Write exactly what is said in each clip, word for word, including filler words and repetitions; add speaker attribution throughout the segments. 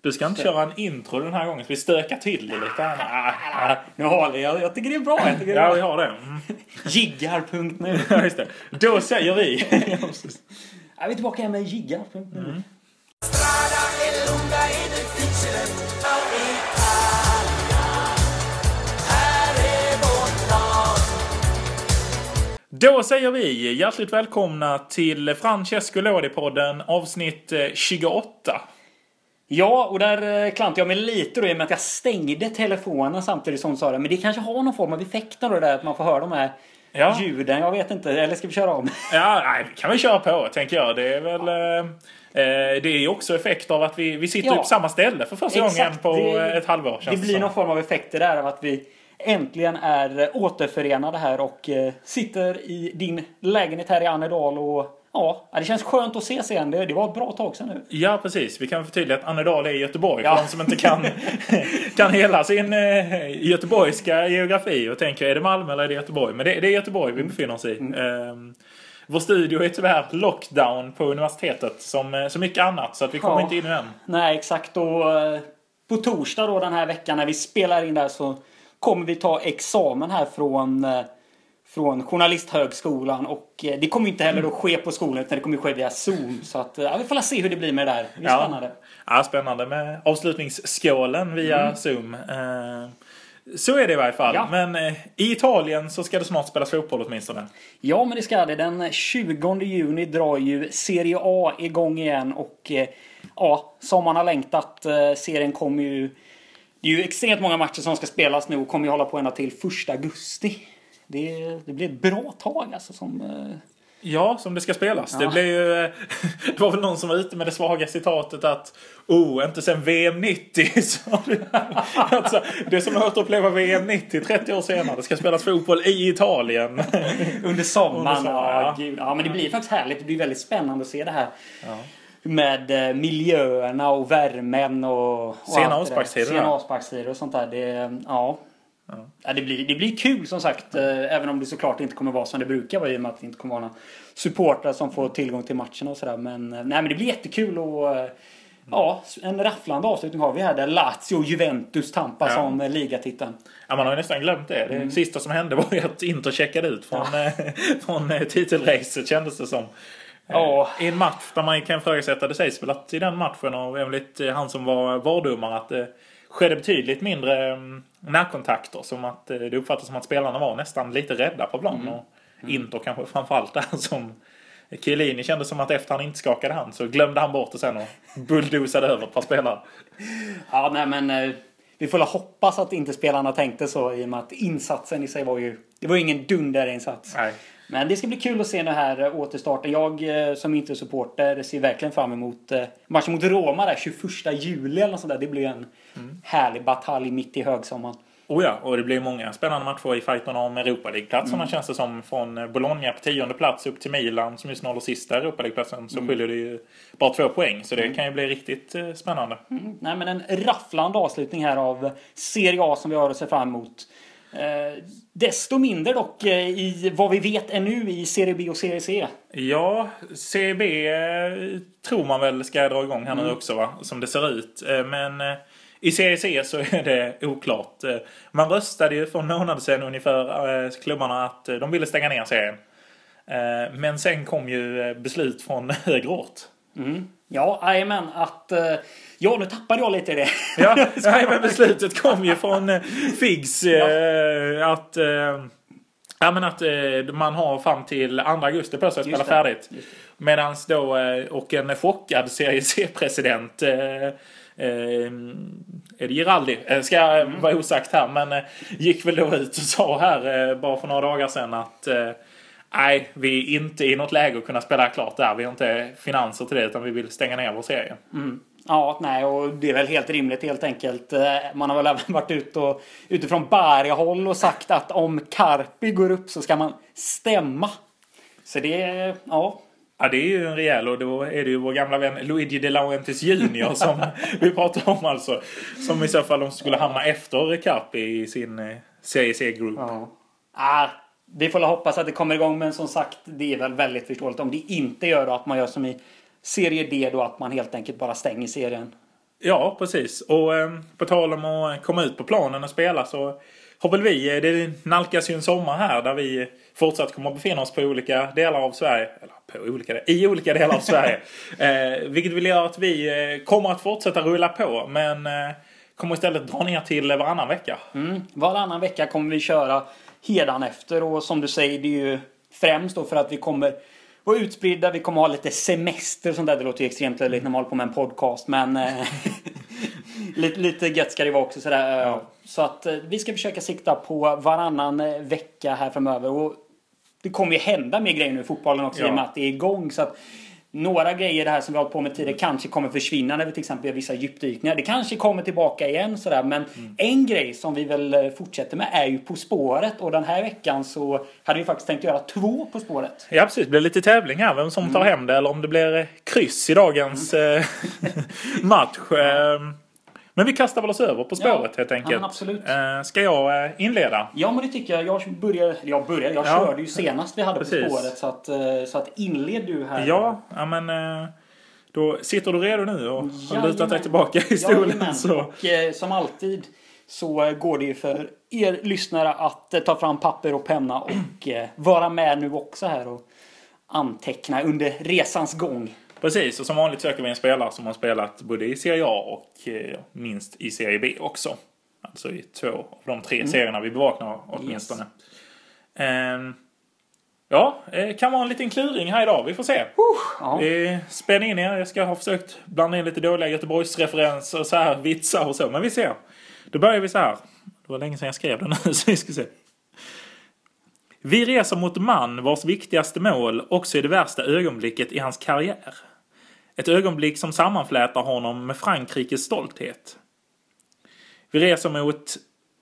Speaker 1: Du ska inte köra en intro den här gången, så vi stökar till det lite. Ah,
Speaker 2: ah. Nu har jag, jag tycker det är bra. Jag tycker det är
Speaker 1: ja,
Speaker 2: bra.
Speaker 1: vi har det. Mm.
Speaker 2: Jiggar punkt nu.
Speaker 1: Ja, just det. Då säger vi.
Speaker 2: Jag är tillbaka med jiggar punkt nu. Mm.
Speaker 1: Då säger vi hjärtligt välkomna till Francesco Lodi-podden avsnitt tjugoåtta.
Speaker 2: Ja, och där klantade jag mig lite då i och med att jag stängde telefonen samtidigt som sa det. Men det kanske har någon form av effekt då där att man får höra de här ja. ljuden. Jag vet inte, eller ska vi köra om?
Speaker 1: Ja, nej, kan vi köra på, tänker jag. Det är väl... Eh, det är ju också effekt av att vi, vi sitter ja. på samma ställe för första
Speaker 2: Exakt.
Speaker 1: gången på
Speaker 2: det,
Speaker 1: ett halvår.
Speaker 2: Det blir någon form av effekter där av att vi äntligen är återförenade här och eh, sitter i din lägenhet här i Annedal och ja, det känns skönt att ses igen. Det, det var ett bra tag sedan nu.
Speaker 1: Ja, precis. Vi kan förtydliga att Annedal är i Göteborg. Ja. För de som inte kan, kan hela sin eh, göteborgska geografi och tänker, är det Malmö eller är det Göteborg? Men det, det är Göteborg vi befinner oss i. Mm. Um, vår studio är tyvärr lockdown på universitetet som så mycket annat, så att vi kommer ja. inte in i den.
Speaker 2: Nej, exakt. Och på torsdag då den här veckan när vi spelar in där så kommer vi ta examen här från, från Journalisthögskolan. Och det kommer inte heller att ske på skolan utan det kommer ske via Zoom. Så att, ja, vi får se hur det blir med det där. Det är
Speaker 1: ja.
Speaker 2: spännande.
Speaker 1: Ja, spännande med avslutningsskålen via mm. Zoom. Uh, så är det i varje fall. Ja. Men uh, i Italien så ska det snart spelas fotboll åtminstone.
Speaker 2: Ja, men det ska det. Den tjugonde juni drar ju Serie A igång igen. Och uh, ja, som man har längtat. Uh, serien kommer ju... Det är ju extremt många matcher som ska spelas nu och kommer ju hålla på ända till första augusti. Det, det blir ett bra tag alltså som... Eh...
Speaker 1: Ja, som det ska spelas.
Speaker 2: Ja.
Speaker 1: Det blir ju... Det var väl någon som var ute med det svaga citatet att oh, inte sen V M nittio. Så alltså, det är som att uppleva V M nittio trettio år senare. Det ska spelas fotboll i Italien.
Speaker 2: Under sommaren. Under ja, ja. ja, men det blir faktiskt härligt. Det blir väldigt spännande att se det här. Ja. Med miljöerna och värmen och, och
Speaker 1: sena avsparkstider.
Speaker 2: Sena avsparkstider och sånt där. Det, ja. Ja. Ja, det, blir, det blir kul som sagt. Eh, även om det såklart inte kommer vara som det brukar vara i och med att det inte kommer vara några supportrar som får tillgång till matcherna och sådär. Men, nej, men det blir jättekul och eh, ja, en rafflande avslutning har vi här där Lazio, Juventus, Tampa ja. som ligatiteln.
Speaker 1: Ja, man har ju nästan glömt det. Det mm. sista som hände var ju att Inter checkade ut från, ja. från titelracet kändes det som. Ja. I en match där man kan ifrågasätta, det sägs väl att i den matchen och enligt han som var vardomare att det skedde betydligt mindre närkontakter, som att det uppfattas som att spelarna var nästan lite rädda på plan mm. och mm. Inter kanske framförallt där som Chiellini kände som att efter han inte skakade hand så glömde han bort det sen och bulldozade över ett par spelare.
Speaker 2: Ja, nej men vi får hoppas att inte spelarna tänkte så i och med att insatsen i sig var ju, det var ju ingen dunderinsats. Nej. Men det ska bli kul att se den här återstarten. Jag som inte är supporter ser verkligen fram emot matchen mot Roma där tjugoförsta juli eller något sånt där. Det blir en mm. härlig batalj mitt i högsommaren.
Speaker 1: Oh ja, och det blir många spännande matcher i fighten om Europa League-platserna mm. känns det som. Från Bologna på tionde plats upp till Milan som just nu håller sista Europa League-platsen så mm. skiljer det ju bara två poäng. Så det mm. kan ju bli riktigt eh, spännande.
Speaker 2: Mm. Nej, men en rafflande avslutning här av Serie A som vi har att se fram emot. Eh, desto mindre dock eh, i vad vi vet ännu i Serie B och Serie C.
Speaker 1: Ja, Serie B eh, tror man väl ska dra igång här mm. nu också va? Som det ser ut. Eh, men eh, i Serie C så är det oklart. Eh, man röstade ju för en månad sedan ungefär eh, klubbarna att eh, de ville stänga ner serien. Eh, men sen kom ju beslut från högre ort.
Speaker 2: Mm. Ja, amen, att uh, ja, nu tappade jag lite i det.
Speaker 1: Ja, nej, men beslutet kom ju från uh, Figs uh, ja. att uh, ja, men att uh, man har fram till andra augusti på sig att spela färdigt. Medan då uh, och en chockad Serie C-president uh, uh, är det Giraldi uh, ska mm. vara osagt här, men uh, gick väl då ut och sa här uh, bara för några dagar sedan att uh, nej, vi är inte i något läge att kunna spela klart där. Vi har inte finanser till det utan vi vill stänga ner vår serie.
Speaker 2: Mm. Ja, nej, och det är väl helt rimligt helt enkelt. Man har väl även varit ute och, utifrån Bari-håll och sagt att om Carpi går upp så ska man stämma. Så det är, ja...
Speaker 1: Ja, det är ju en rejäl, och då är det ju vår gamla vän Luigi De Laurentiis junior som vi pratar om alltså. Som i så fall de skulle hamna efter Carpi i sin Serie C-group.
Speaker 2: Ja. Ah. Vi får hoppas att det kommer igång, men som sagt, det är väl väldigt förståeligt om det inte gör då att man gör som i Serie D då, att man helt enkelt bara stänger serien.
Speaker 1: Ja, precis. Och eh, på tal om att komma ut på planen och spela så har väl vi, det nalkas ju en sommar här där vi fortsatt kommer att befinna oss på olika delar av Sverige. Eller på olika, i olika delar av Sverige. Eh, vilket vill göra att vi eh, kommer att fortsätta rulla på. Men eh, kommer istället dra ner till varannan vecka.
Speaker 2: Mm. Varannan vecka kommer vi köra hedanefter. Och som du säger, det är ju främst då för att vi kommer vara utspridda. Vi kommer ha lite semester och sånt där. Det låter ju extremt löjligt när man håller på med en podcast. Men eh, lite, lite gött ska det vara också. Sådär. Ja. Så att eh, vi ska försöka sikta på varannan eh, vecka här framöver. Och det kommer ju hända mer grejer nu i fotbollen också. Ja. I och med att det är igång. Så att några grejer det här som vi har hållit på med tidigare kanske kommer försvinna när vi till exempel gör vissa djupdykningar. Det kanske kommer tillbaka igen sådär. Men mm. en grej som vi väl fortsätter med är ju På spåret. Och den här veckan så hade vi faktiskt tänkt göra två På spåret.
Speaker 1: Ja, precis. Det blir lite tävling här. Vem som tar mm. hem det. Eller om det blir kryss i dagens mm. match. Ja. Men vi kastar väl oss över På spåret ja, helt enkelt.
Speaker 2: Ja, absolut.
Speaker 1: Ska jag inleda?
Speaker 2: Ja, men det tycker jag. Jag börjar, jag börjar. Jag ja. körde ju senast vi hade Precis. På spåret. Så att, så att inled du här.
Speaker 1: Ja, ja men då sitter du redo nu och ja, har lutat dig tillbaka i stolen.
Speaker 2: Ja, så. Och som alltid så går det ju för er lyssnare att ta fram papper och penna och vara med nu också här och anteckna under resans gång.
Speaker 1: Precis, och som vanligt söker vi en spelare som har spelat både i Serie A och eh, minst i Serie B också. Alltså i två av de tre mm. serierna vi bevakar åtminstone. Yes. Eh, ja, det kan vara en liten kluring här idag. Vi får se. Uh, vi spänner in er. Jag ska ha försökt blanda in lite dåliga Göteborgsreferenser och så här vitsar och så. Men vi ser. Då börjar vi så här. Det var länge sedan jag skrev den nu så vi ska se. Vi reser mot man vars viktigaste mål också är det värsta ögonblicket i hans karriär. Ett ögonblick som sammanflätar honom med Frankrikes stolthet. Vi reser mot...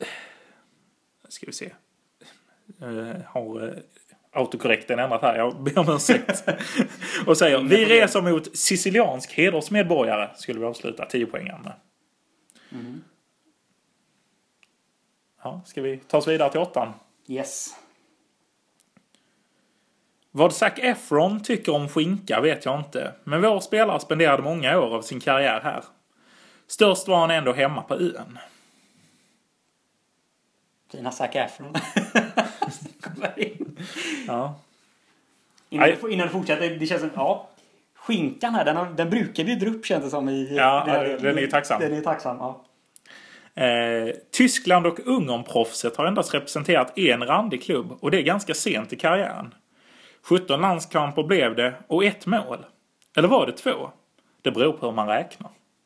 Speaker 1: Ska vi se. Uh, har uh, autokorrekten ändrat här. Jag ber om ursäkt. Och säger, vi reser mot siciliansk hedersmedborgare. Skulle vi avsluta tio poängen med. Mm. Ja, ska vi ta oss vidare till åttan?
Speaker 2: Yes.
Speaker 1: Vad Zac Efron tycker om skinka vet jag inte. Men vår spelare spenderade många år av sin karriär här. Störst var han ändå hemma på ön.
Speaker 2: Fina Zac Efron.
Speaker 1: Ja.
Speaker 2: Innan, du, innan du fortsätter, det känns som... Ja, skinkan här, den, har, den brukar vi dra upp känns det som. I,
Speaker 1: ja, det, den är tacksam.
Speaker 2: Den är tacksam, ja.
Speaker 1: Eh, Tyskland och Ungern-proffset har endast representerat en randig klubb. Och det är ganska sent i karriären. sjutton landskamper blev det och ett mål. Eller var det två? Det beror på hur man räknar.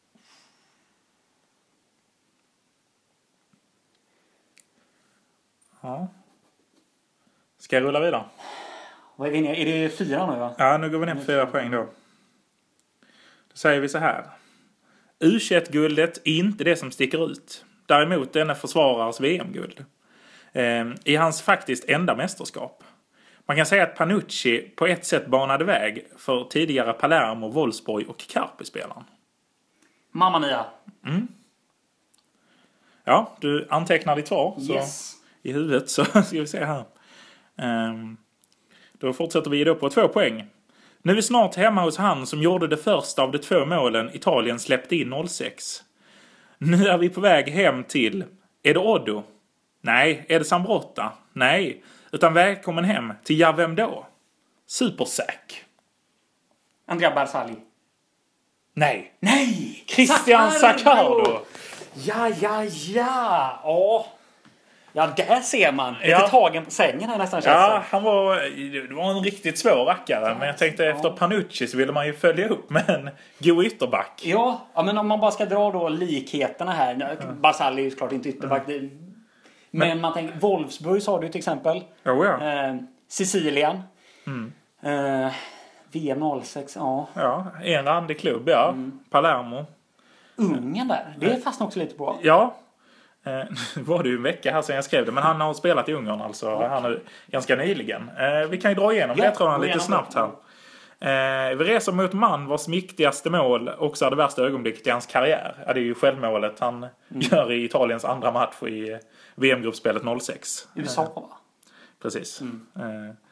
Speaker 1: Ja. Ska jag rulla vidare?
Speaker 2: Vad är vi inne? Är det fyra nu va?
Speaker 1: Ja, nu går vi ner på fyra poäng då. Då säger vi så här. U tjugoett-guldet är inte det som sticker ut. Däremot denna försvarares V M-guld. Eh, I hans faktiskt enda mästerskap. Man kan säga att Panucci på ett sätt banade väg för tidigare Palermo, Wolfsburg och Carpi-spelaren.
Speaker 2: Mamma Mia.
Speaker 1: Mm. Ja, du antecknar ditt svar så
Speaker 2: yes.
Speaker 1: i huvudet så ska vi se här. Um, då fortsätter vi då på två poäng. Nu är vi snart hemma hos han som gjorde det första av de två målen Italien släppte in noll sex. Nu är vi på väg hem till... Är det Oddo? Nej. Är det Sambrotta? Nej. Utan välkommen hem till ja, vem då? Supersack.
Speaker 2: Andrea Barzagli.
Speaker 1: Nej.
Speaker 2: Nej!
Speaker 1: Christian Zaccardo.
Speaker 2: Ja, ja, ja. Åh. Ja, där ser man. Lite
Speaker 1: ja. tagen
Speaker 2: på sängen här nästan.
Speaker 1: Ja, han var, det var en riktigt svår rackare. Men jag tänkte ja. efter Panucci så ville man ju följa upp med en god ytterback.
Speaker 2: Ja, ja, men om man bara ska dra då likheterna här. Mm. Barzagli är ju såklart inte ytterback. Mm. Men, men man tänker, Wolfsburg sa du till exempel.
Speaker 1: Oh, ja.
Speaker 2: eh, Sicilien.
Speaker 1: Mm.
Speaker 2: Eh, V M noll sex, ja.
Speaker 1: Ja, en randig klubb, ja. Mm. Palermo.
Speaker 2: Ungern där, det fastnar också lite på.
Speaker 1: Ja, eh, var det ju en vecka här sedan jag skrev det. Men han har spelat i Ungern alltså. Okay. Han är ganska nyligen. Eh, vi kan ju dra igenom ja, det tror jag lite snabbt här. Eh, vi reser mot man vars viktigaste mål också är det värsta ögonblicket i hans karriär. Ja, det är ju självmålet han mm. gör i Italiens andra match i V M-gruppspelet noll sex.
Speaker 2: U S A va?
Speaker 1: Precis. Mm.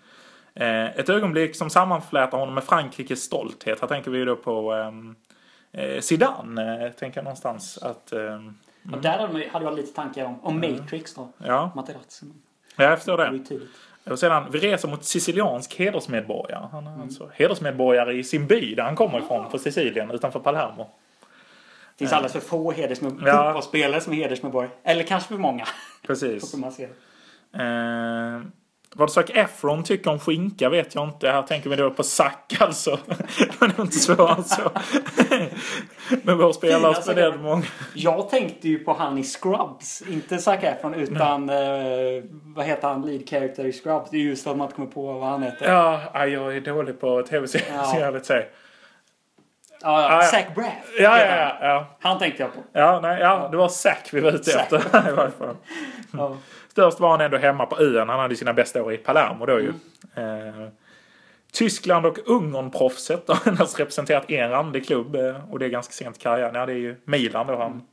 Speaker 1: Eh, ett ögonblick som sammanflätar honom med Frankrikes stolthet. Här tänker vi ju då på eh, Zidane, eh, tänker jag någonstans. Att, eh, mm.
Speaker 2: Och där hade jag lite tankar om, om Matrix då.
Speaker 1: Ja.
Speaker 2: Materazzi.
Speaker 1: Ja, jag förstår det.
Speaker 2: det
Speaker 1: och sedan, vi reser mot siciliansk hedersmedborgare. Han är mm. alltså hedersmedborgare i sin by där han kommer ifrån, på Sicilien, utanför Palermo.
Speaker 2: Det finns alldeles för få hedersmedborgare, ja. fotbollsspelare som är hedersmedborgare. Eller kanske för många.
Speaker 1: Precis. eh, vad Zac Efron tycker om skinka vet jag inte. Här tänker vi då på Zac alltså. Det var nog inte så alltså. Men vår spelare spelade många.
Speaker 2: Jag tänkte ju på han i Scrubs. Inte Zac Efron utan eh, vad heter han, lead character i Scrubs. Det är just att man inte kommer på vad han heter.
Speaker 1: Ja, jag är dålig på tv-serier så jag vill säga.
Speaker 2: Ja, ja. Zach Braff.
Speaker 1: Ja, ja, ja, ja.
Speaker 2: Han tänkte jag på.
Speaker 1: Ja, nej, ja, det var Zac vi var ute efter i varje fall. Ja. Störst var han ändå hemma på ön. Han hade sina bästa år i Palermo då ju. Mm. Eh, Tyskland och Ungern-proffset har endast representerat en randig klubb. Eh, och det är ganska sent i karriären. Ja, det är ju Milan då han.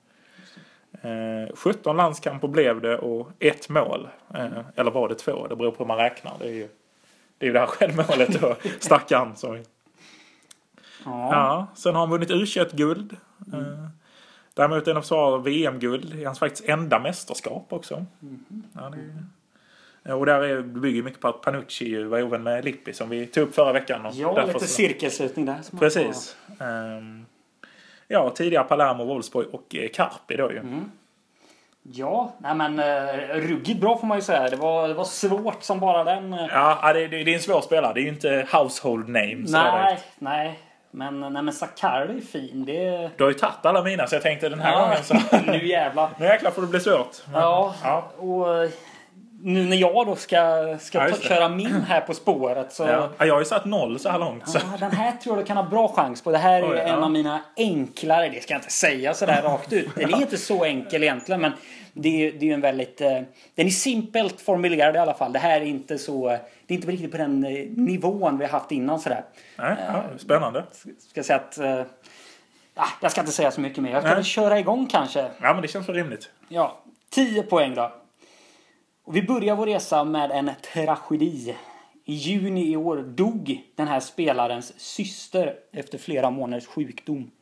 Speaker 1: Eh, sjutton landskamper blev det och ett mål. Eh, eller var det två? Det beror på hur man räknar. Det är ju det, är ju det här självmålet då. Stackarn som vi. Ja. Ja, sen har han vunnit U tjugoett-guld. Mm. Eh, däremot är det för V M-guld. Det är hans faktiskt enda mästerskap också. Mm. Ja, det är... Och där är, det bygger mycket på att Panucci var ovän med Lippi som vi tog upp förra veckan. Och
Speaker 2: ja, lite så... cirkelslutning där.
Speaker 1: Precis. Um, ja, tidigare Palermo, Wolfsburg och Carpi då ju. Mm.
Speaker 2: Ja, nej men uh, ruggigt bra får man ju säga. Det var, det var svårt som bara den. Uh...
Speaker 1: Ja, det, det, det är en svår spelare. Det är ju inte household names.
Speaker 2: Nej, nej. Men, nej, men Sakari är fin. Det...
Speaker 1: Du har ju tagit alla mina så jag tänkte den här
Speaker 2: ja,
Speaker 1: gången så...
Speaker 2: nu jävlar.
Speaker 1: Nu jäklar får det bli svårt.
Speaker 2: Men, ja, ja, och nu när jag då ska, ska ja, ta, köra min här på spåret så...
Speaker 1: Ja. Ja, jag har ju satt noll så här långt. Så.
Speaker 2: Ja, den här tror jag du kan ha bra chans på. Det här är Oj, en ja. av mina enklare, det ska jag inte säga sådär rakt ut. Den är inte så enkel egentligen, men det är, det är ju en väldigt... Den är simpelt formulerad i alla fall. Det här är inte så... Det är inte riktigt på den nivån vi har haft innan sådär.
Speaker 1: Nej, ja, spännande.
Speaker 2: Ska säga att... Äh, jag ska inte säga så mycket mer. Jag ska väl köra igång kanske.
Speaker 1: Ja, men det känns så rimligt.
Speaker 2: Ja, tio poäng då. Och vi börjar vår resa med en tragedi. I juni i år dog den här spelarens syster efter flera månaders sjukdom.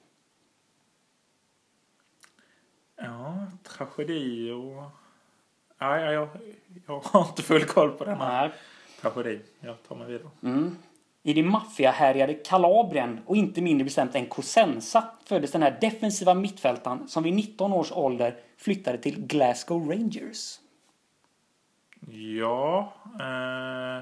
Speaker 1: Ja, tragedi och... Ja, ja, jag, jag har inte full koll på den här tragedi. Jag tar mig vidare.
Speaker 2: Mm. I det maffiahärjade Kalabrien och inte mindre bestämt än Cosenza föddes den här defensiva mittfältaren som vid nitton års ålder flyttade till Glasgow Rangers.
Speaker 1: Ja, eh,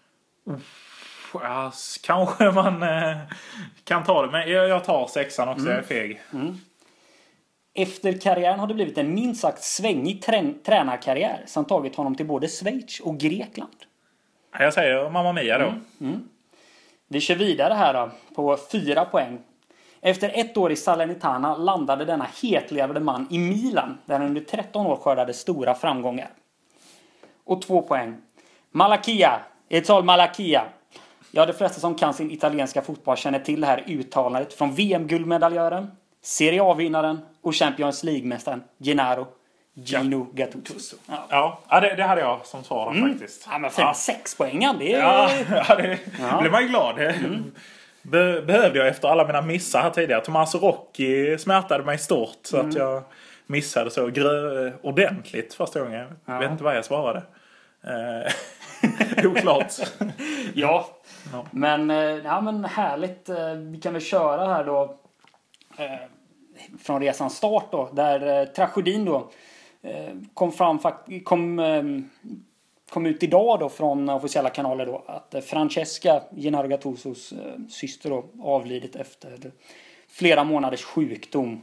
Speaker 1: uff, alltså, kanske man eh, kan ta det, men jag, jag tar sexan också, mm. jag är feg.
Speaker 2: Mm. Efter karriären har det blivit en minst sagt svängig trän- tränarkarriär som tagit honom till både Schweiz och Grekland.
Speaker 1: Jag säger Mamma Mia då.
Speaker 2: Mm. Mm. Vi kör vidare här då, på fyra poäng. Efter ett år i Salernitana landade denna hetlevade man i Milan där han under tretton år skördade stora framgångar. Och två poäng. Malakia. It's all Malakia. Ja, de flesta som kan sin italienska fotboll känner till det här uttalandet från V M-guldmedaljören, Serie A-vinnaren och Champions League-mästaren Gennaro Gino ja. Gattuso.
Speaker 1: Ja, ja det, det hade jag som svar mm. faktiskt.
Speaker 2: Ja, men fem, ja. sex poängen, det är...
Speaker 1: Ja, ja det ja. blir man ju glad. Mm. Be, behövde jag efter alla mina missar här tidigare. Thomas Rocchi smärtade mig stort så mm. att jag missade så grö, ordentligt första gången. Jag ja. vet inte vad jag svarade. Eh, oklart.
Speaker 2: ja. ja, men, ja, men härligt. Vi kan väl köra här då eh, från resans start då. Där eh, tragedin då eh, kom fram kom, eh, kom ut idag då från officiella kanaler då att Francesca Gennaro Gattusos eh, syster då avlidit efter flera månaders sjukdom.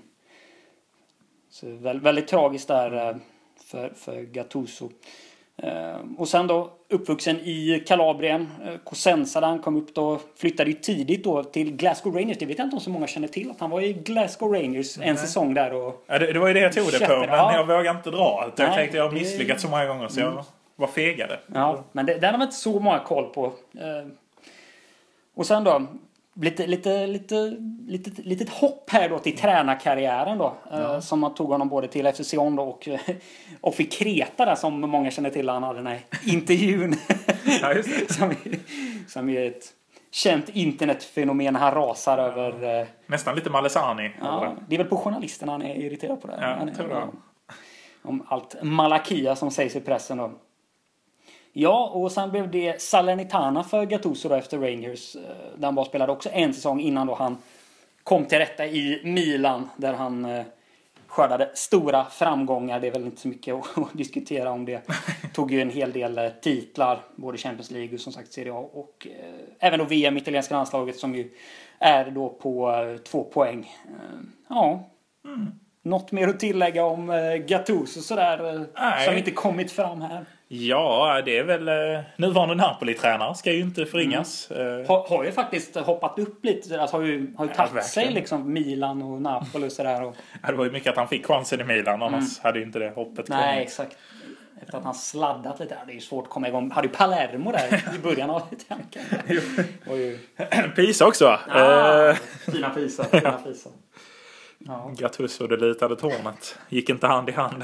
Speaker 2: Så väldigt, väldigt tragiskt där eh, för, för Gattuso. Uh, och sen då uppvuxen i Kalabrien, uh, Cosenza där han kom upp då, flyttade ju tidigt då till Glasgow Rangers. Det vet jag inte om så många känner till att han var i Glasgow Rangers en mm. säsong där och
Speaker 1: ja, det, det var ju det jag tog det på, men ja. jag vågade inte dra. Jag Nej, tänkte jag har misslyckats så många gånger så mm. jag var fegade.
Speaker 2: Ja, men det, där har man inte så många koll på. Uh, och sen då lite lite lite lite litet hopp här då till tränarkarriären då ja. eh, som man tog honom både till F C Sion då och och fick Kreta där som många känner till han hade den här intervjun.
Speaker 1: Ja, just det.
Speaker 2: som, som är ett känt internetfenomen han rasar ja. över. Eh,
Speaker 1: Nästan lite Malesani.
Speaker 2: Ja, det är väl på journalisterna han är irriterad på det.
Speaker 1: Ja,
Speaker 2: han är,
Speaker 1: tror jag.
Speaker 2: Om, om allt Malakia som sägs i pressen då. Ja, och sen blev det Salernitana för Gattuso då efter Rangers. Där han bara spelade också en säsong innan då han kom till rätta i Milan. Där han eh, skördade stora framgångar. Det är väl inte så mycket att, att diskutera om det. Tog ju en hel del eh, titlar. Både Champions League och som sagt Serie A. Och eh, även då V M, italienska landslaget, som ju är då på eh, två poäng. Eh, ja. Mm. Något mer att tillägga om eh, Gattuso sådär. Eh, som inte kommit fram här.
Speaker 1: Ja, det är väl eh, nuvarande Napoli-tränare. Ska ju inte förringas. Mm.
Speaker 2: Eh. Har, har ju faktiskt hoppat upp lite. Alltså, har ju, har ju tagit ja, sig liksom Milan och Napoli och sådär. Och...
Speaker 1: Ja, det var ju mycket att han fick chansen i Milan. Annars mm. hade ju inte det hoppet
Speaker 2: Nej, kommit. Exakt. Efter att han sladdat lite. Det är ju svårt att komma igång. Hade ju Palermo där i början av tanken. ju...
Speaker 1: Pisa också.
Speaker 2: Ah, uh. Fina Pisa. Fina Pisa.
Speaker 1: Ja. Gattuso, det litade tornet. Gick inte hand i hand.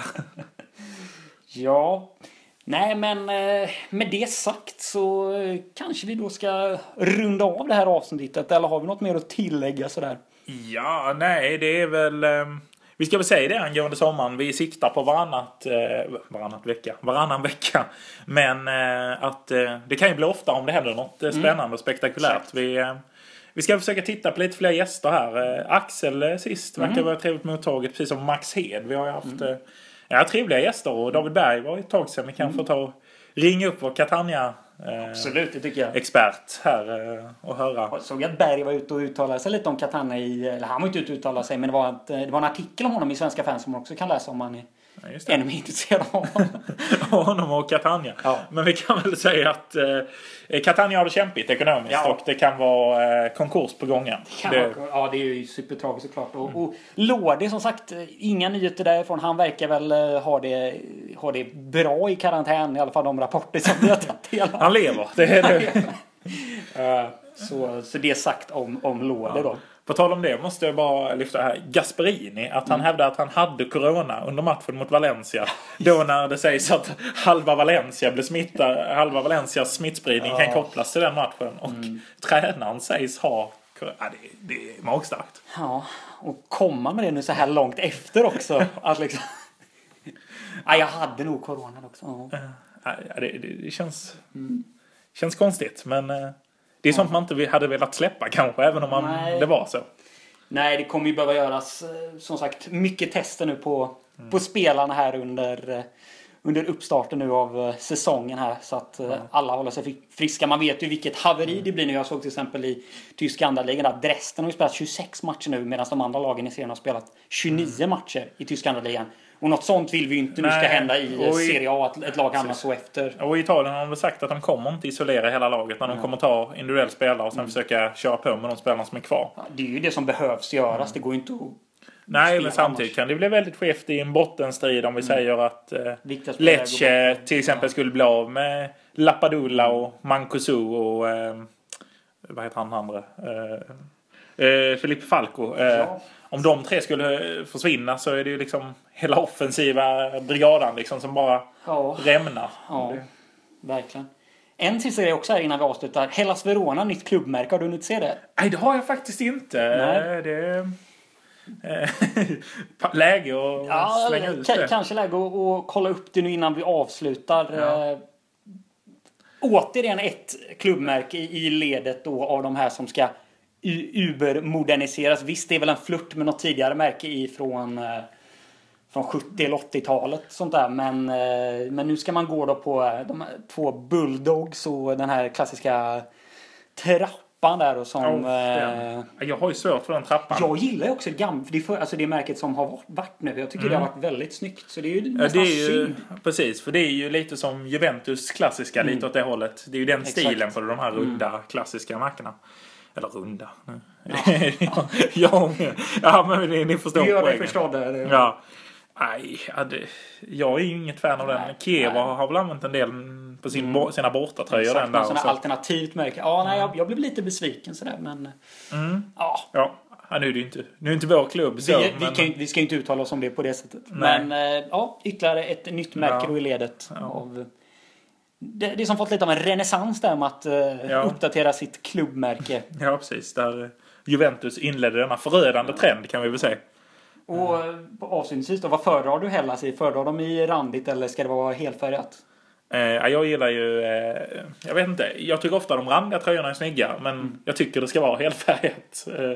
Speaker 2: Ja. Nej, men med det sagt så kanske vi då ska runda av det här avsnittet. Eller har vi något mer att tillägga sådär?
Speaker 1: Ja, nej, det är väl... Vi ska väl säga det angående sommaren. Vi siktar på varannat, varannat vecka. Varannan vecka. Men att det kan ju bli ofta om det händer något spännande mm. och spektakulärt. Vi... Vi ska försöka titta på lite fler gäster här. Axel sist verkar mm. vara trevligt mottaget, precis som Max Hed. Vi har ju haft mm. ja, trevliga gäster, och David Berg var ett tag sedan. Vi kan mm. få ta och ringa upp vår Catania eh,
Speaker 2: Absolut, det tycker jag.
Speaker 1: expert här eh, och höra.
Speaker 2: Jag såg att Berg var ute och uttalade sig lite om Catania i, eller han var inte ute och uttalade sig, men det var, ett, det var en artikel om honom i Svenska Fans som man också kan läsa om man är ja, ännu mer intresserad av honom.
Speaker 1: honom och Catania. Ja. Men vi kan väl säga att eh, Catania har det kämpigt ekonomiskt ja. och det kan vara eh, konkurs på gången.
Speaker 2: Det det... Vara, ja, det är ju supertragiskt såklart. Och, mm. och Lorde, som sagt, inga nyheter därifrån. Han verkar väl eh, ha, det, ha det bra i karantän, i alla fall de rapporter som vi har tagit del av.
Speaker 1: Han lever, det är det.
Speaker 2: uh, så, så det är sagt om, om Lorde ja. då.
Speaker 1: På tal om det måste jag bara lyfta här Gasperini, att han mm. hävdar att han hade corona under matchen mot Valencia. Då när det sägs att halva Valencia blir smittad, halva Valencias smittspridning ja. kan kopplas till den matchen. Och mm. tränaren sägs ha corona. Ja, det, det är magstarkt.
Speaker 2: Ja, och komma med det nu så här långt efter också. Att liksom... ja, jag hade nog corona också.
Speaker 1: Ja, det, det, det känns, mm. känns konstigt, men... Det är sånt man inte hade velat släppa kanske, även om man, det var så.
Speaker 2: Nej, det kommer ju behöva göras, som sagt, mycket tester nu på, mm. på spelarna här under, under uppstarten nu av säsongen här. Så att mm. alla håller sig friska. Man vet ju vilket haveri mm. det blir nu. Jag såg till exempel i tyska andra-ligan att Dresden har ju spelat tjugosex matcher nu, medan de andra lagen i serien har spelat tjugonio mm. matcher i tyska andra-ligan. Och något sånt vill vi ju inte nu ska hända i, i Serie A, att ett lag hamnar så efter.
Speaker 1: Och i Italien har de väl sagt att de kommer inte isolera hela laget när de ja. kommer ta individuell spelare och sen mm. försöka köra på med de spelarna som är kvar.
Speaker 2: Ja, det är ju det som behövs göras, mm. det går ju inte att
Speaker 1: Nej, men samtidigt annars. Kan det bli väldigt skevt i en bottenstrid om vi mm. säger att eh, Lecce till exempel ja. skulle bli av med Lapadula och Mancuso och eh, vad heter han andra? Eh, eh, Felipe Falco. Eh, ja. Om de tre skulle försvinna så är det ju liksom hela offensiva brigaden liksom som bara ja. rämnar.
Speaker 2: Ja, verkligen. En sista grej också här innan vi avslutar. Hellas Verona, nytt klubbmärke. Har du hunnit se det?
Speaker 1: Nej, det har jag faktiskt inte. Nej. Det är läge att ja, slänga ut
Speaker 2: k-
Speaker 1: det.
Speaker 2: Kanske läge att, att kolla upp det nu innan vi avslutar. Ja. Återigen ett klubbmärke i ledet då av de här som ska Uber-moderniseras. Visst, det är väl en flört med något tidigare märke ifrån från sjuttio- eller åttio-talet sånt där, men, men nu ska man gå då på de här två Bulldogs och den här klassiska trappan där och som
Speaker 1: oh, jag har ju svårt för den trappan.
Speaker 2: Jag gillar ju också det gamla, för det, för, alltså det märket som har varit nu. Jag tycker mm. det har varit väldigt snyggt, så det är ju nästan
Speaker 1: ja, det är ju,
Speaker 2: synd.
Speaker 1: precis, för det är ju lite som Juventus klassiska mm. lite åt det hållet. Det är ju den Exakt. stilen på de här runda mm. klassiska märkena. Eller runda. Ja, ja, ja men ni, ni förstår
Speaker 2: poängen.
Speaker 1: Jag
Speaker 2: förstår det. det.
Speaker 1: Ja. Nej, ja, det, jag är ju inget fan av den. Nej, Keva nej. har väl använt en del på sin, mm. sina bortatröjor. Den där.
Speaker 2: Sådana alternativt märke. Ja, nej, jag, jag blev lite besviken sådär, men
Speaker 1: mm. ja. ja. Ja, nu är det ju inte, nu är inte vår klubb. Så,
Speaker 2: vi,
Speaker 1: men...
Speaker 2: vi, kan, vi ska inte uttala oss om det på det sättet. Nej. Men ja, ytterligare ett nytt märke ja. i ledet ja. av Det, det är som fått lite av en renässans där med att uh, ja. uppdatera sitt klubbmärke.
Speaker 1: Ja, precis. Där Juventus inledde denna förödande trend kan vi väl säga.
Speaker 2: Och på avslutningsvis då, vad föredrar du Hellas i? Föredrar de i randigt eller ska det vara helfärgat?
Speaker 1: Eh, jag gillar ju, eh, jag vet inte, jag tycker ofta de randiga tröjorna är snygga, men mm. jag tycker det ska vara helfärgat. Eh,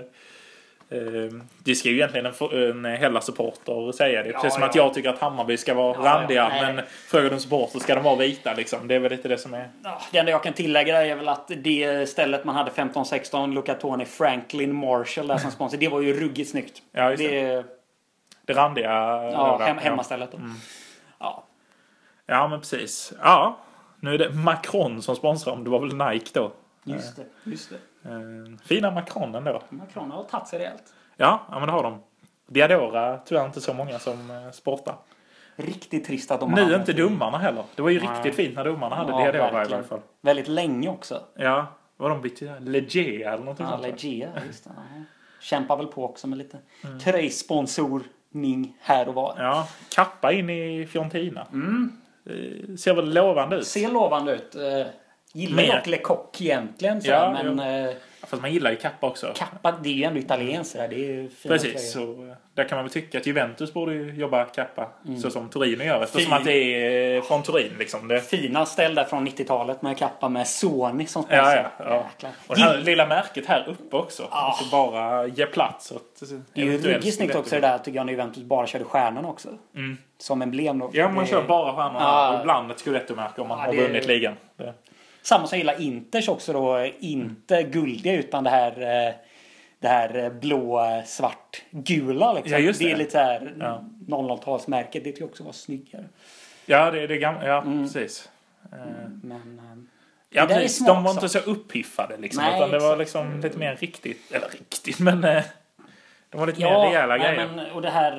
Speaker 1: eh, det ska ju egentligen en, en Hellas-supporter säga det. Ja, precis som ja. att jag tycker att Hammarby ska vara ja, randiga, ja, men frågar du en supporter ska de vara vita liksom. Det är väl lite det som är...
Speaker 2: Ja, det enda jag kan tillägga är väl att det stället man hade femton sexton, Luca Toni, Franklin Marshall där som sponsor, det var ju ruggigt snyggt.
Speaker 1: Ja, just det.
Speaker 2: det
Speaker 1: Det randiga...
Speaker 2: Ja, hem, hemmastället då. Mm.
Speaker 1: Ja. Ja, men precis. Ja, nu är det Macron som sponsrar. Det var väl Nike då.
Speaker 2: Just det, just det.
Speaker 1: Fina Macron ändå.
Speaker 2: Macron har tagit sig rejält.
Speaker 1: Ja, ja, men det har de. Diadora tyvärr inte så många som sportar.
Speaker 2: Riktigt trist att de
Speaker 1: har... Nu är inte domarna heller. Det var ju Nej. riktigt fint när domarna hade ja, Diadora verkligen. I varje fall.
Speaker 2: Väldigt länge också.
Speaker 1: Ja, var de bytte? Legea eller något
Speaker 2: ja,
Speaker 1: sånt.
Speaker 2: Ja, Legea, just det. Kämpar väl på också med lite mm. tröjsponsorning här och var.
Speaker 1: Ja, kappa in i Fiorentina. Mm. Ser väl lovande ut.
Speaker 2: Ser lovande ut. Uh, gillar dock Lecoq egentligen. Så
Speaker 1: ja,
Speaker 2: men,
Speaker 1: ja. Uh, Fast man gillar ju kappa också.
Speaker 2: Kappa, det är ju ändå italienskt. Det är ju
Speaker 1: precis, så där kan man väl tycka att Juventus borde jobba kappa. Mm. Så som Torino gör. Eftersom fin. att det är från Turin. Liksom. Det...
Speaker 2: Fina ställ där från nittiotalet med kappa med Sony som sponsor.
Speaker 1: Ja, ja, ja. Och det här lilla märket här uppe också. Ah. Alltså bara ge plats. Åt,
Speaker 2: det är ju ruggigt snyggt också det där tycker jag när Juventus bara körde stjärnan också. Mm. Som emblem då.
Speaker 1: Ja, man det... kör bara stjärnorna. Ah. Och ibland ett Scudetto-märke om man ah, har vunnit det... ligan. Det...
Speaker 2: Samma som gillar Inters också då. Inte mm. guldiga utan det här... Det här blå, svart, gula liksom. Ja, just det. Det är lite så här ja. noll noll-talsmärket. Det tycker jag också var snyggare.
Speaker 1: Ja, det är det gamla. Ja, mm. precis.
Speaker 2: Mm. Men...
Speaker 1: Ja, precis. De var inte så uppiffade liksom. Nej, utan det var liksom lite mer riktigt. Eller riktigt, men... De var lite ja, mer rejäla nej, grejer. Men,
Speaker 2: och det här...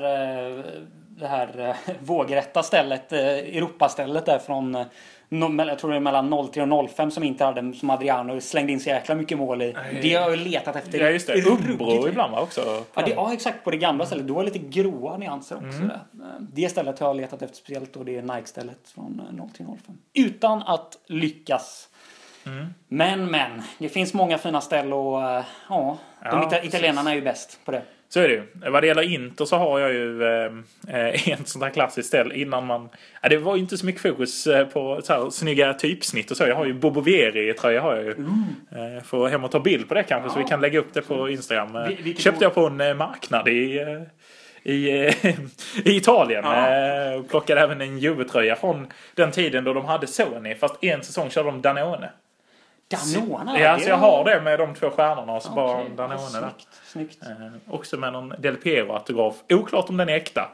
Speaker 2: Det här vågrätta stället, Europastället där från... Jag tror det är mellan noll tre och noll fem som inte hade som Adriano slängde in så jäkla mycket mål i. Nej. Det har jag letat efter.
Speaker 1: Ja just det, Umbro ibland var också.
Speaker 2: Ja, det, ja exakt, på det gamla stället. Då var det lite gråa nyanser också. Mm. Det stället har jag letat efter speciellt och det är Nike-stället från noll tre noll fem. Utan att lyckas. Mm. Men men, det finns många fina ställen och ja, de ja, italienarna är ju bäst på det.
Speaker 1: Så är det ju. Vad det gäller Inter så har jag ju eh, en sån här klassisk ställ innan man... Eh, det var ju inte så mycket fokus på så här, snygga typsnitt och så. Jag har ju Bobo Vieri tröja har jag ju. Mm. Eh, får hem och ta bild på det kanske ja. så vi kan lägga upp det på Instagram. Eh, vi, köpte jag på en eh, marknad i, eh, i, eh, i Italien. Ja. Eh, och plockade även en Juve-tröja från den tiden då de hade Sony. Fast en säsong körde de Danone.
Speaker 2: Danone?
Speaker 1: Ja, så jag har det med de två stjärnorna och så okay. bara Danone
Speaker 2: ja,
Speaker 1: där.
Speaker 2: Snyggt.
Speaker 1: Eh, också med någon Del Piero-autograf. Oklart om den är äkta.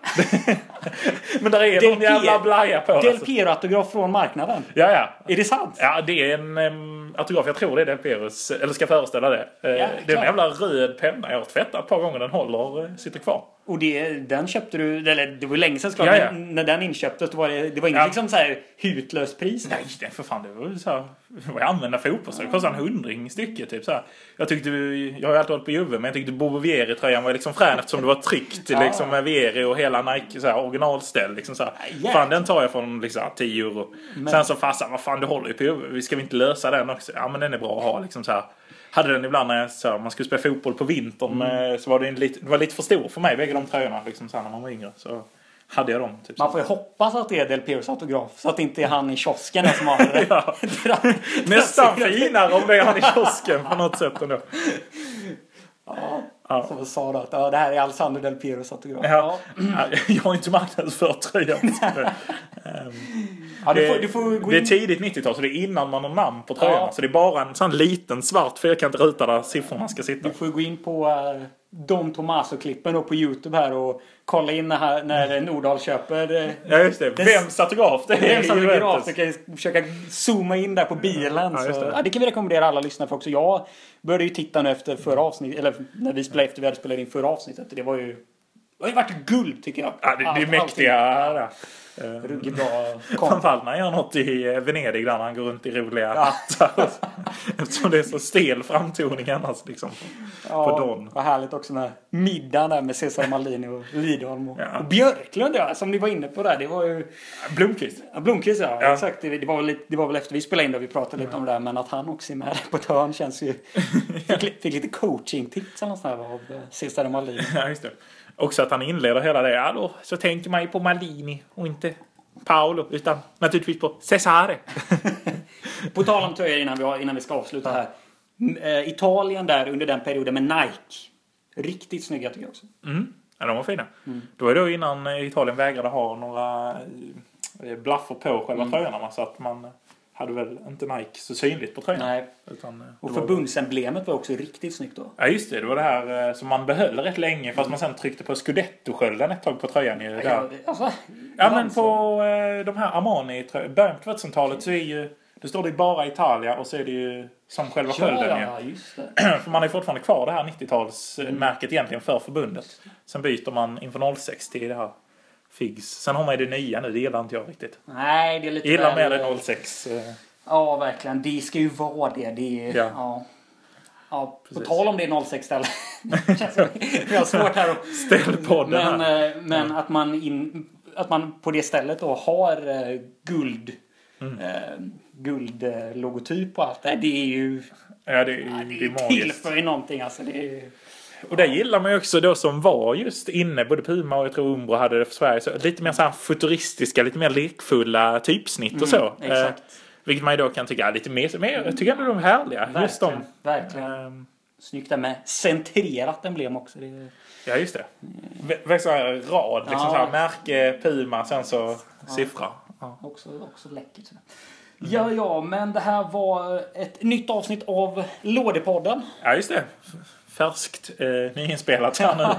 Speaker 1: Men där är
Speaker 2: Del
Speaker 1: någon jävla blaja på.
Speaker 2: Del Piero-autograf från marknaden?
Speaker 1: Ja, ja.
Speaker 2: Är det sant?
Speaker 1: Ja, det är en um, autograf. Jag tror det är Del Pieros. Eller ska föreställa det. Uh, ja, det är en jävla röd penna. Jag har tvättat ett par gånger. Den håller, uh, sitter kvar.
Speaker 2: Och det, den köpte du, eller det var länge sedan såklart,
Speaker 1: ja, ja.
Speaker 2: Men när den inköptes då var det, det var inget ja. liksom så här hutlöst pris.
Speaker 1: Nej, det för fan, det var så här, det var använda fotboll så det kostade en hundring stycket typ så här. Jag tyckte, jag har ju alltid hållit på Juve, men jag tyckte Bobo Vieri-tröjan var liksom frän eftersom det var tryckt ja. liksom med Vieri och hela Nike så här originalställ liksom så här. Ja, fan, den tar jag från liksom tio euro. Men... Sen så farsan, vad fan, du håller ju på Juve, vi ska vi inte lösa den också? Ja, men den är bra att ha liksom så här. Hade den ibland när jag, så, man skulle spela fotboll på vintern mm. så var det, en lite, det var lite för stor för mig, bägge de tröjorna liksom, så här, när man var yngre. Så hade jag dem. Typ,
Speaker 2: man får ju hoppas att det är Del Pieros autograf så att det inte är han i kiosken som har det.
Speaker 1: Ja. Nästan finare om det är han i kiosken på något sätt ändå.
Speaker 2: Ja, ja. Som jag sa då att ja, det här är Alessandro Del Pieros autograf.
Speaker 1: Ja. Ja. Jag har inte marknadsfört tröjan.
Speaker 2: Ja, du får, du får gå in.
Speaker 1: Det är tidigt nittiotal så det är innan man har namn på tröjan. Ja. Så det är bara en sån liten svart fyrkant ruta där siffrorna ska sitta.
Speaker 2: Du får gå in på uh, Don Tomaso-klippen på YouTube här och kolla in här när Nordahl köper. Uh,
Speaker 1: ja just det. det Vems autograf det är.
Speaker 2: Vems autograf. Du kan försöka zooma in där på bilen. Ja, så. Ja, det kan vi rekommendera alla lyssnare för också. Jag började ju titta nu efter förra avsnittet. Eller när vi spelade efter vi hade spelat in förra avsnittet. Det var ju... Det har ju varit guld tycker jag.
Speaker 1: Ja, det, det är mäktiga. Ja.
Speaker 2: Ruggig bra
Speaker 1: framförallt när han gör något i Venedig där han går runt i roliga hattar. Eftersom det är så stel framtoning annars liksom.
Speaker 2: Ja,
Speaker 1: på Don.
Speaker 2: Vad härligt också med middagen där med Cesar Maldini och Lidholm och, ja. och Björklund, ja, som ni var inne på där. Det var ju...
Speaker 1: Blomqvist.
Speaker 2: Ja, Blomqvist, ja. ja. Exakt. Det, det, var väl lite, det var väl efter vi spelade in där vi pratade lite ja. om det där. Men att han också är med på ett hörn känns ju... fick, fick lite coaching-tips eller sådär av Cesar Maldini.
Speaker 1: Ja, just det. Också att han inleder hela det. Ja, då så tänker man ju på Maldini och inte Paolo, utan naturligtvis på Cesare.
Speaker 2: På tal om tröjor innan vi, innan vi ska avsluta här. Uh, Italien där under den perioden med Nike. Riktigt snygga tycker jag också.
Speaker 1: Mm. Ja, de var fina. Mm. Då är det då innan Italien vägrade ha några blaffer på själva mm. tröjorna. Så att man hade väl inte Nike så synligt på tröjorna. Nej. Utan,
Speaker 2: och förbundsemblemet var också riktigt snyggt då.
Speaker 1: Ja just det, det var det här som man behöll rätt länge. Fast man sen tryckte på Scudetto-skölden ett tag på tröjan. I det
Speaker 2: ja, alltså,
Speaker 1: ja men på de här Armani början på tvåtusentalet så är ju... Det står det bara Italia och så är det ju som själva skölden.
Speaker 2: Ja, ja, just det.
Speaker 1: För man är fortfarande kvar det här nittiotalsmärket mm. egentligen för förbundet. Sen byter man inför noll sex till det här Figs. Sen har man ju det nya nu, det gillar inte jag riktigt.
Speaker 2: Nej, det är lite...
Speaker 1: Gillar mer det noll sex.
Speaker 2: Ja, verkligen. Det ska ju vara det. det är, ja. Ja. Ja, på Precis. Tal om det noll sex ställe. Vi har svårt här att...
Speaker 1: Ställ på den
Speaker 2: Men, här. men ja. att, man in, att man på det stället då har uh, guld... Mm. Uh, guldlogotyp och allt det. Det är ju...
Speaker 1: Ja, det är,
Speaker 2: ja, det är,
Speaker 1: det är magiskt.
Speaker 2: Tillför någonting alltså. Det är,
Speaker 1: och det gillar man ju också då som var just inne. Både Puma och jag tror Umbro hade det för Sverige. Så lite mer så här futuristiska, lite mer lekfulla typsnitt och
Speaker 2: mm,
Speaker 1: så.
Speaker 2: Exakt.
Speaker 1: Eh, vilket man ju då kan tycka är lite mer. Men jag tycker ändå de är härliga.
Speaker 2: Verkligen,
Speaker 1: just de.
Speaker 2: Verkligen. Um, Snyggt där med centrerat emblem också. Det är...
Speaker 1: Ja, just det. Mm. Så här rad. Liksom ja. Så här, märke, Puma, sen så ja. siffra.
Speaker 2: Ja. Också, också läckert. Så. Mm. Ja, ja, men det här var ett nytt avsnitt av Lådepodden.
Speaker 1: Ja, just det. Färskt eh, nyinspelat här nu.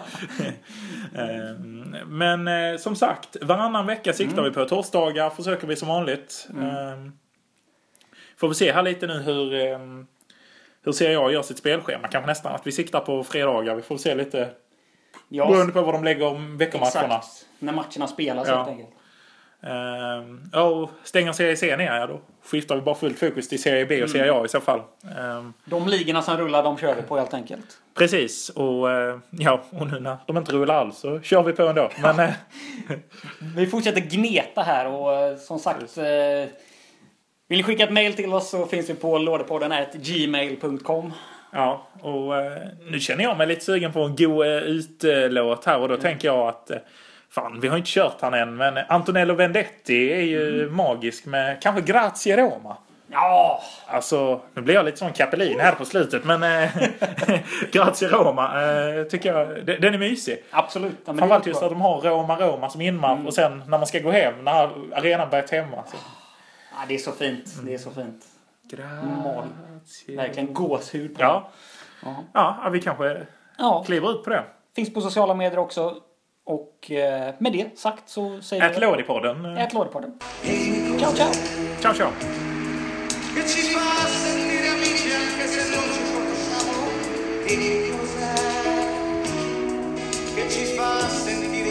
Speaker 1: eh, men eh, som sagt, varannan vecka siktar mm. vi på. Torsdagar försöker vi som vanligt. Mm. Eh, får vi se här lite nu hur, eh, hur ser jag gör sitt spelschema. Kanske nästan att vi siktar på fredagar. Vi får se lite ja. beroende på vad de lägger om veckomatcherna.
Speaker 2: Exakt, när matcherna spelas ja. helt enkelt.
Speaker 1: Uh, och stänger Serie C ner ja, då skiftar vi bara fullt fokus till Serie B och Serie A i så fall. Uh,
Speaker 2: de ligorna som rullar, de kör vi på helt enkelt.
Speaker 1: Precis, och uh, ja, och nu när de inte rullar alls så kör vi på ändå. Men, uh,
Speaker 2: vi fortsätter gneta här och uh, som sagt uh, vill ni skicka ett mail till oss så finns vi på lådepodden at gmail punkt com.
Speaker 1: Ja, och uh, nu känner jag mig lite sugen på en god uh, utlåt här och då mm. tänker jag att uh, fan, vi har inte kört han än, men Antonello Vendetti är ju mm. magisk med kanske Grazie Roma.
Speaker 2: Ja!
Speaker 1: Alltså, nu blir jag lite sån Capellin här på slutet, men äh, Grazie Roma äh, tycker jag, den är mysig.
Speaker 2: Absolut. Ja,
Speaker 1: framförallt just att de har Roma Roma som inmarsch mm. och sen när man ska gå hem, när arenan börjar tämma. Så.
Speaker 2: Ja, det är så fint. Det är så fint.
Speaker 1: Grazie.
Speaker 2: Verkligen gåshud på
Speaker 1: ja. ja. Ja, vi kanske ja. kliver ut på det.
Speaker 2: Finns på sociala medier också. Och eh, med det sagt så säger
Speaker 1: vi... Ät Lådepodden.
Speaker 2: Ät Lådepodden. Ciao, ciao.
Speaker 1: Ciao, ciao.
Speaker 3: Che ci fa sentire amici anche se non ci conosciamo. Dimmi cos'è che ci fa sentire